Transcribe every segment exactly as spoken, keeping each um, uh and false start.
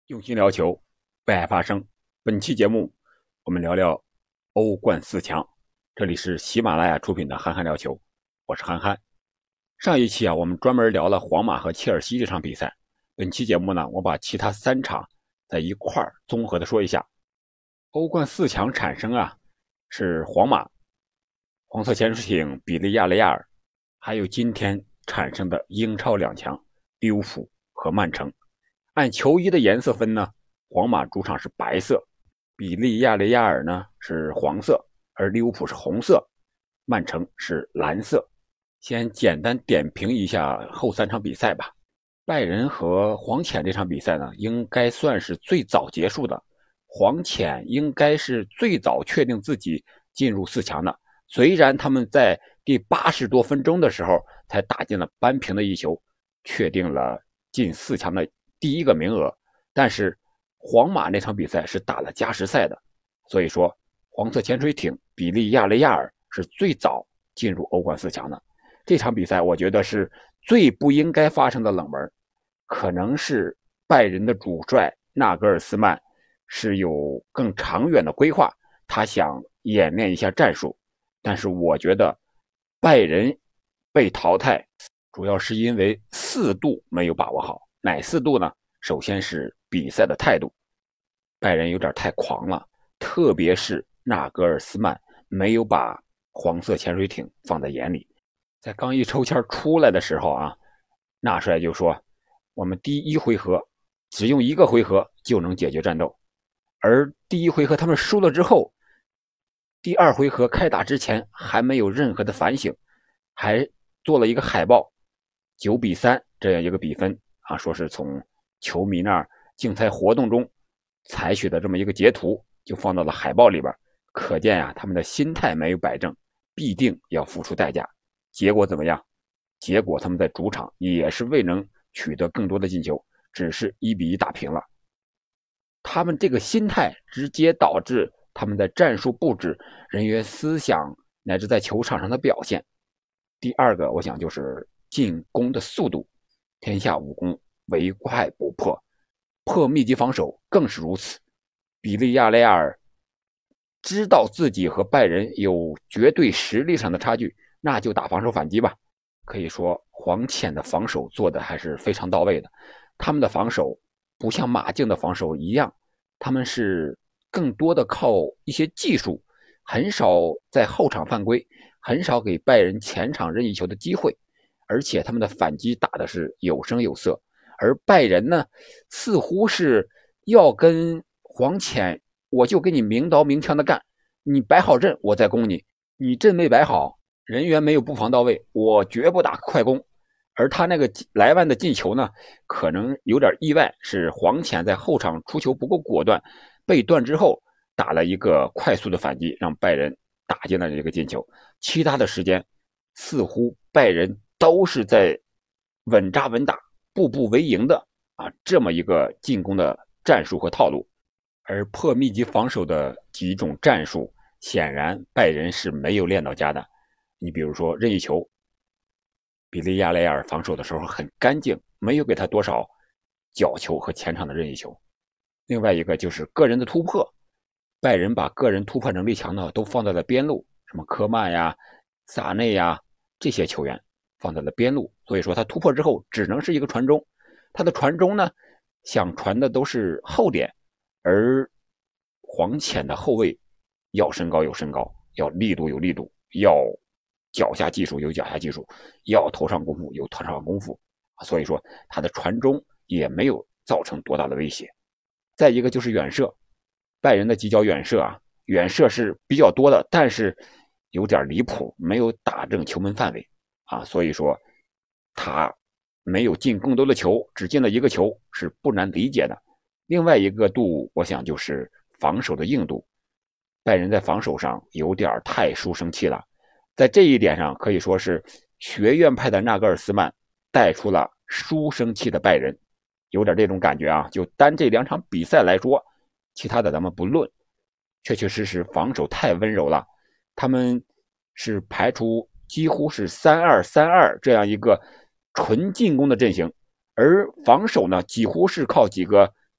用心聊球，为爱发声。本期节目，我们聊聊欧冠四强。这里是喜马拉雅出品的憨憨聊球，我是憨憨。上一期啊，我们专门聊了皇马和切尔西这场比赛。本期节目呢，我把其他三场在一块儿综合的说一下。欧冠四强产生啊，是皇马、黄色潜水艇比利亚雷亚尔，还有今天产生的英超两强利物浦和曼城。按球衣的颜色分呢，皇马主场是白色，比利亚雷亚尔呢是黄色，而利物浦是红色，曼城是蓝色。先简单点评一下后三场比赛吧。拜仁和黄潜这场比赛呢，应该算是最早结束的。黄潜应该是最早确定自己进入四强的，虽然他们在第八十多分钟的时候才打进了扳平的一球，确定了进四强的第一个名额，但是皇马那场比赛是打了加时赛的，所以说黄色潜水艇比利亚雷亚尔是最早进入欧冠四强的。这场比赛我觉得是最不应该发生的冷门，可能是拜仁的主帅纳格尔斯曼是有更长远的规划，他想演练一下战术，但是我觉得拜仁被淘汰主要是因为四度没有把握好。哪四度呢？首先是比赛的态度，拜仁有点太狂了，特别是纳格尔斯曼没有把黄色潜水艇放在眼里。在刚一抽签出来的时候啊，纳帅就说我们第一回合只用一个回合就能解决战斗，而第一回合他们输了之后，第二回合开打之前还没有任何的反省，还做了一个海报，九比三这样一个比分啊，说是从球迷那儿竞猜活动中采取的这么一个截图，就放到了海报里边。可见呀、啊，他们的心态没有摆正，必定要付出代价。结果怎么样？结果他们在主场也是未能取得更多的进球，只是一比一打平了。他们这个心态直接导致他们在战术布置、人员思想乃至在球场上的表现。第二个，我想就是进攻的速度，天下武功唯快不破，破密集防守更是如此。比利亚雷亚尔知道自己和拜仁有绝对实力上的差距，那就打防守反击吧。可以说黄潜的防守做的还是非常到位的，他们的防守不像马竞的防守一样，他们是更多的靠一些技术，很少在后场犯规，很少给拜仁前场任意球的机会，而且他们的反击打的是有声有色。而拜仁呢，似乎是要跟黄潜，我就给你明刀明枪的干，你摆好阵我再攻你，你阵没摆好，人员没有布防到位，我绝不打快攻。而他那个莱万的进球呢，可能有点意外，是黄潜在后场出球不够果断，被断之后打了一个快速的反击，让拜仁打进了这个进球。其他的时间，似乎拜仁都是在稳扎稳打、步步为营的啊这么一个进攻的战术和套路。而破密集防守的几种战术，显然拜仁是没有练到家的。你比如说任意球，比利亚雷尔防守的时候很干净，没有给他多少角球和前场的任意球。另外一个就是个人的突破，拜仁把个人突破能力强的都放在了边路，什么科曼呀、萨内呀这些球员放在了边路，所以说他突破之后只能是一个传中，他的传中呢想传的都是后点，而黄潜的后卫要身高有身高，要力度有力度，要脚下技术有脚下技术，要头上功夫有头上功夫，所以说他的传中也没有造成多大的威胁。再一个就是远射，拜仁的几脚远射啊，远射是比较多的，但是有点离谱，没有打正球门范围啊，所以说他没有进更多的球，只进了一个球是不难理解的。另外一个度，我想就是防守的硬度，拜仁在防守上有点太书生气了，在这一点上可以说是学院派的纳格尔斯曼带出了书生气的拜仁，有点这种感觉啊。就单这两场比赛来说，其他的咱们不论，确确实实防守太温柔了，他们是排除几乎是三二三二这样一个纯进攻的阵型，而防守呢几乎是靠几个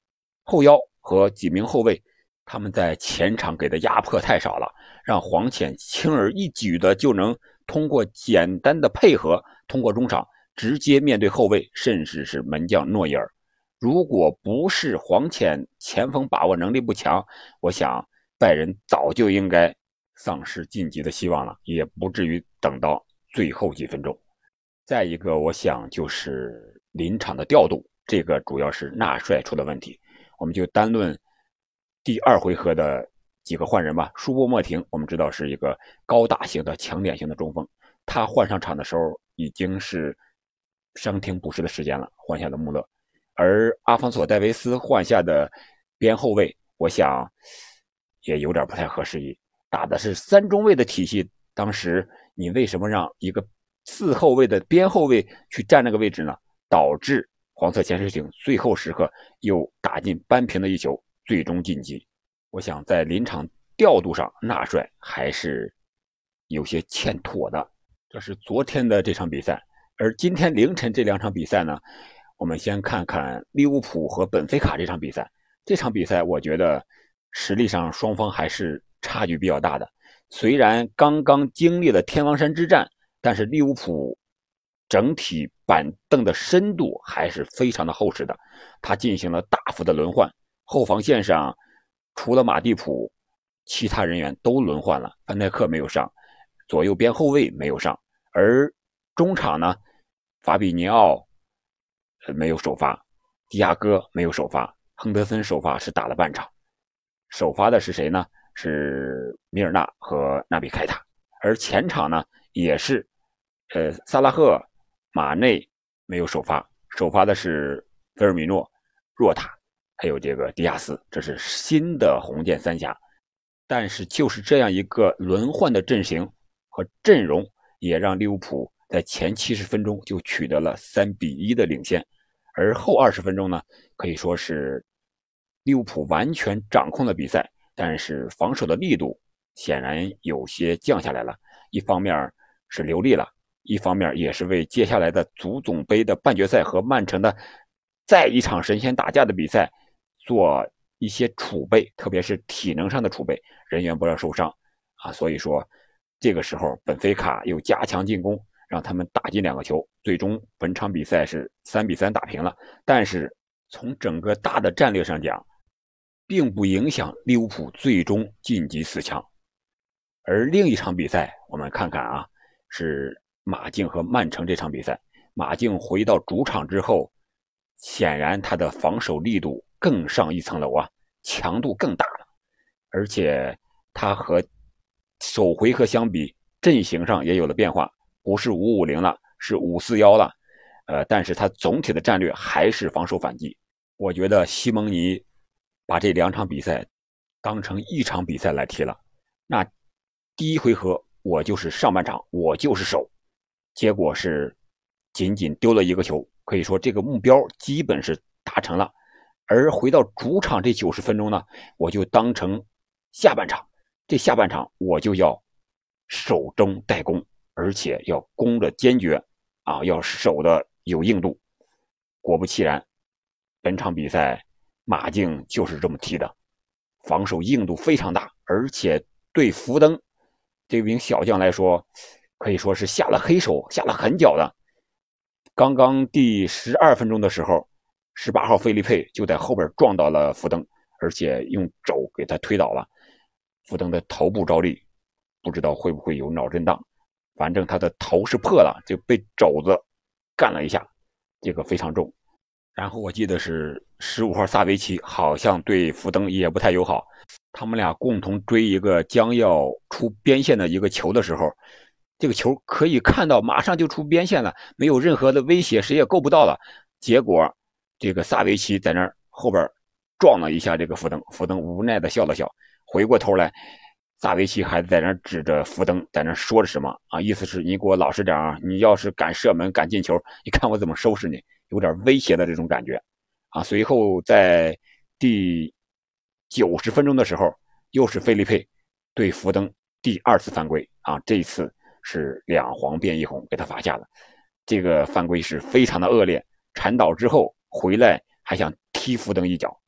后腰和几名后卫他们在前场给的压迫太少了，让黄潜轻而易举的就能通过简单的配合，通过中场直接面对后卫，甚至是门将诺伊尔。如果不是黄潜前锋把握能力不强，我想拜仁早就应该丧失晋级的希望了，也不至于等到最后几分钟。再一个，我想就是临场的调度，这个主要是纳帅出的问题。我们就单论第二回合的几个换人吧。舒波莫廷我们知道是一个高大型的强点型的中锋，他换上场的时候已经是伤停补时的时间了，换下的穆勒。而阿方索戴维斯换下的边后卫，我想也有点不太合时宜，打的是三中卫的体系，当时你为什么让一个四后卫的边后卫去占那个位置呢？导致黄色潜水艇最后时刻又打进扳平的一球，最终晋级。我想在临场调度上，纳帅还是有些欠妥的。这是昨天的这场比赛，而今天凌晨这两场比赛呢，我们先看看利物浦和本菲卡这场比赛。这场比赛我觉得实力上双方还是差距比较大的。虽然刚刚经历了天王山之战，但是利物浦整体板凳的深度还是非常的厚实的，他进行了大幅的轮换，后防线上除了马蒂普，其他人员都轮换了，范戴克没有上，左右边后卫没有上，而中场呢，法比尼奥没有首发，迪亚哥没有首发，亨德森首发是打了半场，首发的是谁呢？是米尔纳和纳比凯塔，而前场呢也是呃萨拉赫、马内没有首发，首发的是菲尔米诺、若塔还有这个迪亚斯，这是新的红箭三侠。但是就是这样一个轮换的阵型和阵容，也让利物浦在前七十分钟就取得了三比一的领先，而后二十分钟呢，可以说是利物浦完全掌控了比赛，但是防守的力度显然有些降下来了。一方面是流利了，一方面也是为接下来的足总杯的半决赛和曼城的再一场神仙打架的比赛做一些储备，特别是体能上的储备，人员不要受伤啊。所以说这个时候本菲卡又加强进攻，让他们打进两个球，最终本场比赛是三比三打平了。但是从整个大的战略上讲，并不影响利物浦最终晋级四强。而另一场比赛我们看看啊，是马竞和曼城这场比赛。马竞回到主场之后，显然他的防守力度更上一层楼啊，强度更大了，而且他和首回合相比，阵型上也有了变化，不是五五零了，是五四一了。呃，但是他总体的战略还是防守反击。我觉得西蒙尼把这两场比赛当成一场比赛来踢了。那第一回合我就是上半场我就是守，结果是仅仅丢了一个球，可以说这个目标基本是达成了。而回到主场这九十分钟呢，我就当成下半场，这下半场我就要守中带攻，而且要攻的坚决啊，要守的有硬度。果不其然，本场比赛马竞就是这么踢的，防守硬度非常大，而且对福登这名小将来说，可以说是下了黑手，下了狠脚的。刚刚第十二分钟的时候，十八号费利佩就在后边撞到了福登，而且用肘给他推倒了。福登的头部着力，不知道会不会有脑震荡，反正他的头是破了，就被肘子干了一下，这个非常重。然后我记得是十五号萨维奇好像对福登也不太友好，他们俩共同追一个将要出边线的一个球的时候，这个球可以看到马上就出边线了，没有任何的威胁，谁也够不到了。结果这个萨维奇在那儿后边撞了一下这个福登，福登无奈的笑了笑，回过头来萨维奇还在那儿指着福登在那儿说着什么啊，意思是你给我老实点啊，你要是敢射门敢进球，你看我怎么收拾你，有点威胁的这种感觉啊。随后在第九十分钟的时候，又是费利佩对福登第二次犯规啊，这一次是两黄变一红给他罚下了。这个犯规是非常的恶劣，铲倒之后回来还想踢福登一脚，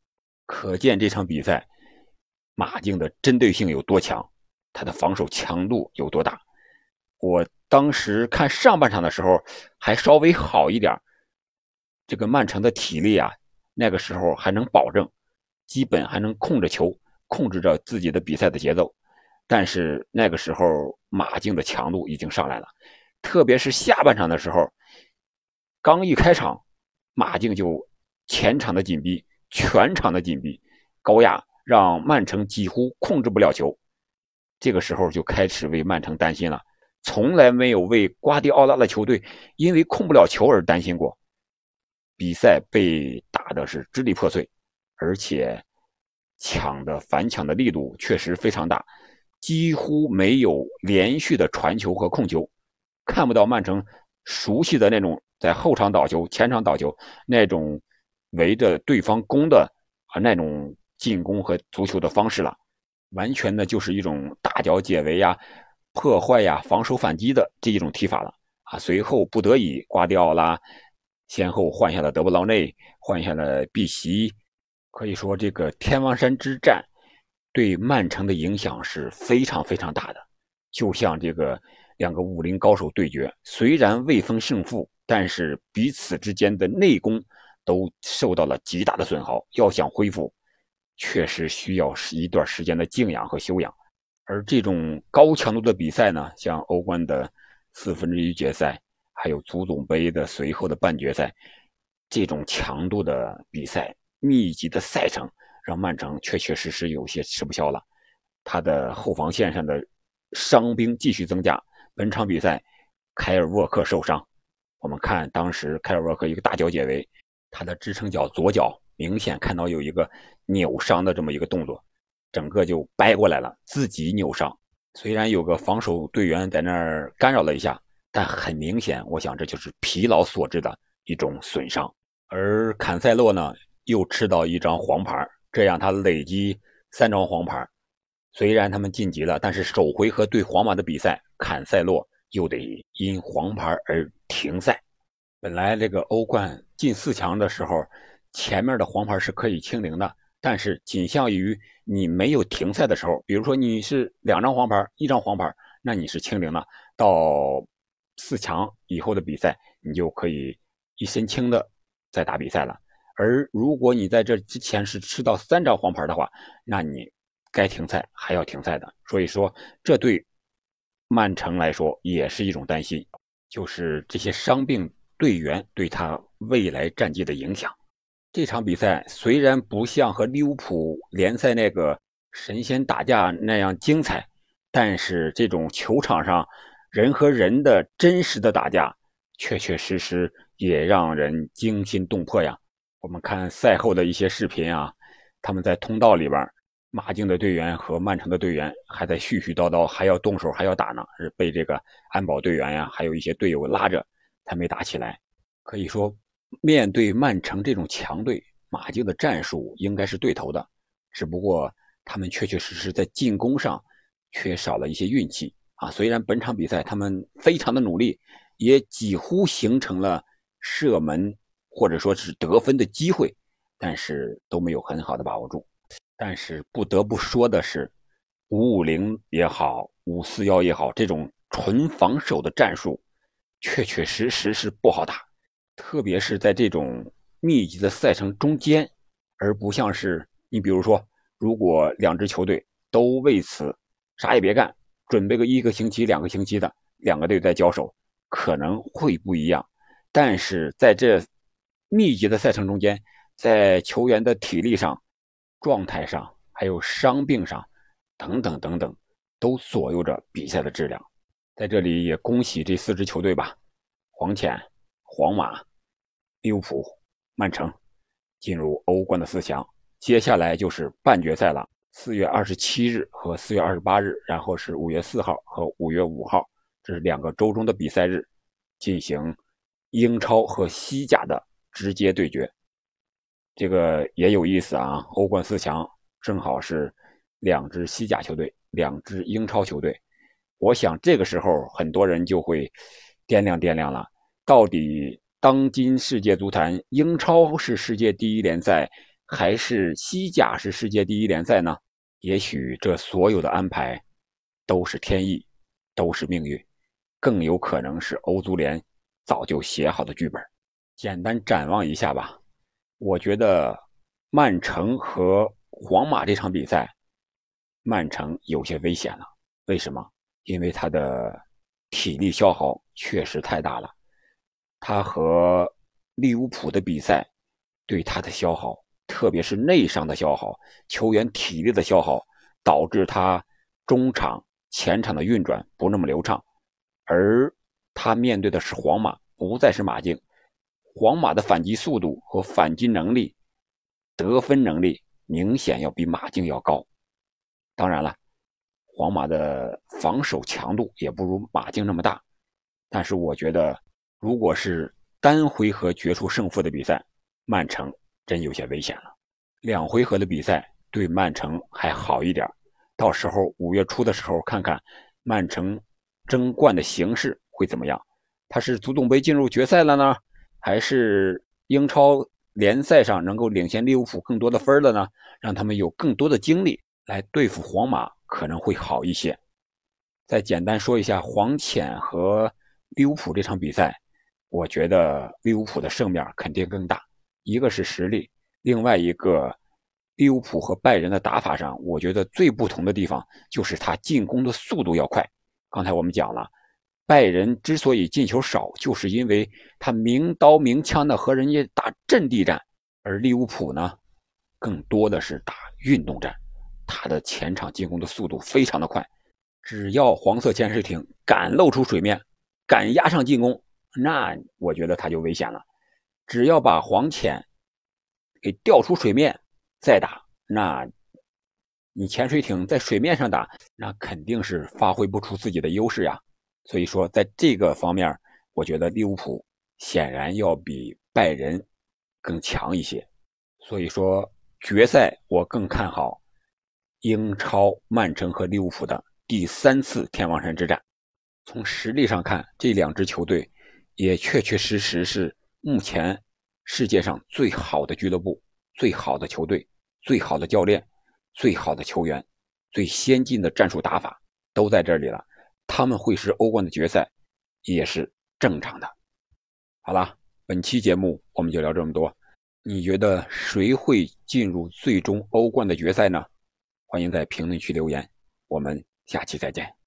可见这场比赛马竞的针对性有多强，他的防守强度有多大。我当时看上半场的时候还稍微好一点，这个曼城的体力啊，那个时候还能保证，基本还能控制球，控制着自己的比赛的节奏。但是那个时候马竞的强度已经上来了，特别是下半场的时候，刚一开场，马竞就前场的紧逼，全场的紧逼，高压，让曼城几乎控制不了球。这个时候就开始为曼城担心了，从来没有为瓜迪奥拉的球队因为控不了球而担心过。比赛被打的是支离破碎，而且抢的反抢的力度确实非常大，几乎没有连续的传球和控球，看不到曼城熟悉的那种在后场倒球、前场倒球那种围着对方攻的啊那种进攻和足球的方式了，完全的就是一种大脚解围呀、破坏呀、防守反击的这一种踢法了啊。随后不得已，瓜迪奥拉先后换下了德布劳内，换下了碧玺，可以说这个天王山之战对曼城的影响是非常非常大的。就像这个两个武林高手对决，虽然未分胜负，但是彼此之间的内功都受到了极大的损耗，要想恢复，确实需要一段时间的静养和休养。而这种高强度的比赛呢，像欧冠的四分之一决赛，还有足总杯的随后的半决赛，这种强度的比赛、密集的赛程，让曼城确确实实有些吃不消了。他的后防线上的伤兵继续增加。本场比赛，凯尔沃克受伤，我们看当时凯尔沃克一个大脚解围，他的支撑脚左脚明显看到有一个扭伤的这么一个动作，整个就掰过来了，自己扭伤。虽然有个防守队员在那儿干扰了一下，但很明显，我想这就是疲劳所致的一种损伤。而坎塞洛呢，又吃到一张黄牌，这样他累积三张黄牌。虽然他们晋级了，但是首回合对皇马的比赛，坎塞洛又得因黄牌而停赛。本来这个欧冠进四强的时候，前面的黄牌是可以清零的，但是仅限于你没有停赛的时候，比如说你是两张黄牌，一张黄牌，那你是清零了。到四强以后的比赛，你就可以一身轻的再打比赛了。而如果你在这之前是吃到三张黄牌的话，那你该停赛还要停赛的。所以说，这对曼城来说也是一种担心，就是这些伤病队员对他未来战绩的影响。这场比赛虽然不像和利物浦联赛那个神仙打架那样精彩，但是这种球场上人和人的真实的打架，确确实实也让人惊心动魄呀。我们看赛后的一些视频啊，他们在通道里边，马竞的队员和曼城的队员还在絮絮叨叨，还要动手，还要打呢，是被这个安保队员呀，还有一些队友拉着，才没打起来。可以说，面对曼城这种强队，马竞的战术应该是对头的，只不过他们确确实实在进攻上缺少了一些运气啊。虽然本场比赛他们非常的努力，也几乎形成了射门或者说是得分的机会，但是都没有很好的把握住。但是不得不说的是，五五零也好，五四一也好，这种纯防守的战术，确确实实是不好打，特别是在这种密集的赛程中间，而不像是你比如说，如果两支球队都为此啥也别干，准备个一个星期、两个星期的，两个队在交手，可能会不一样。但是在这密集的赛程中间，在球员的体力上、状态上，还有伤病上，等等等等，都左右着比赛的质量。在这里也恭喜这四支球队吧，黄潜、皇马、利物浦、曼城进入欧冠的四强。接下来就是半决赛了，四月二十七日和四月二十八日，然后是五月四号和五月五号，这是两个周中的比赛日，进行英超和西甲的直接对决。这个也有意思啊，欧冠四强正好是两支西甲球队，两支英超球队。我想这个时候很多人就会掂量掂量了，到底当今世界足坛，英超是世界第一联赛， 还是西甲是世界第一联赛呢？也许这所有的安排都是天意，都是命运，更有可能是欧足联早就写好的剧本。简单展望一下吧，我觉得曼城和皇马这场比赛，曼城有些危险了。为什么？因为他的体力消耗确实太大了。他和利物浦的比赛对他的消耗，特别是内伤的消耗，球员体力的消耗，导致他中场前场的运转不那么流畅。而他面对的是皇马，不再是马竞。皇马的反击速度和反击能力、得分能力明显要比马竞要高。当然了，皇马的防守强度也不如马竞那么大。但是我觉得，如果是单回合决出胜负的比赛，曼城真有些危险了。两回合的比赛对曼城还好一点，到时候五月初的时候看看曼城争冠的形势会怎么样。他是足总杯进入决赛了呢，还是英超联赛上能够领先利物浦更多的分了呢？让他们有更多的精力来对付皇马可能会好一些。再简单说一下黄潜和利物浦这场比赛，我觉得利物浦的胜面肯定更大，一个是实力，另外一个利物浦和拜仁的打法上，我觉得最不同的地方就是他进攻的速度要快。刚才我们讲了，拜仁之所以进球少，就是因为他明刀明枪的和人家打阵地战，而利物浦呢，更多的是打运动战，他的前场进攻的速度非常的快。只要黄色潜水艇敢露出水面，敢压上进攻，那我觉得他就危险了。只要把黄潜给调出水面再打，那你潜水艇在水面上打，那肯定是发挥不出自己的优势呀。所以说在这个方面，我觉得利物浦显然要比拜仁更强一些。所以说决赛我更看好英超曼城和利物浦的第三次天王山之战。从实力上看，这两支球队也确确实实是目前世界上最好的俱乐部、最好的球队、最好的教练、最好的球员、最先进的战术打法都在这里了。他们会是欧冠的决赛也是正常的。好了，本期节目我们就聊这么多。你觉得谁会进入最终欧冠的决赛呢？欢迎在评论区留言，我们下期再见。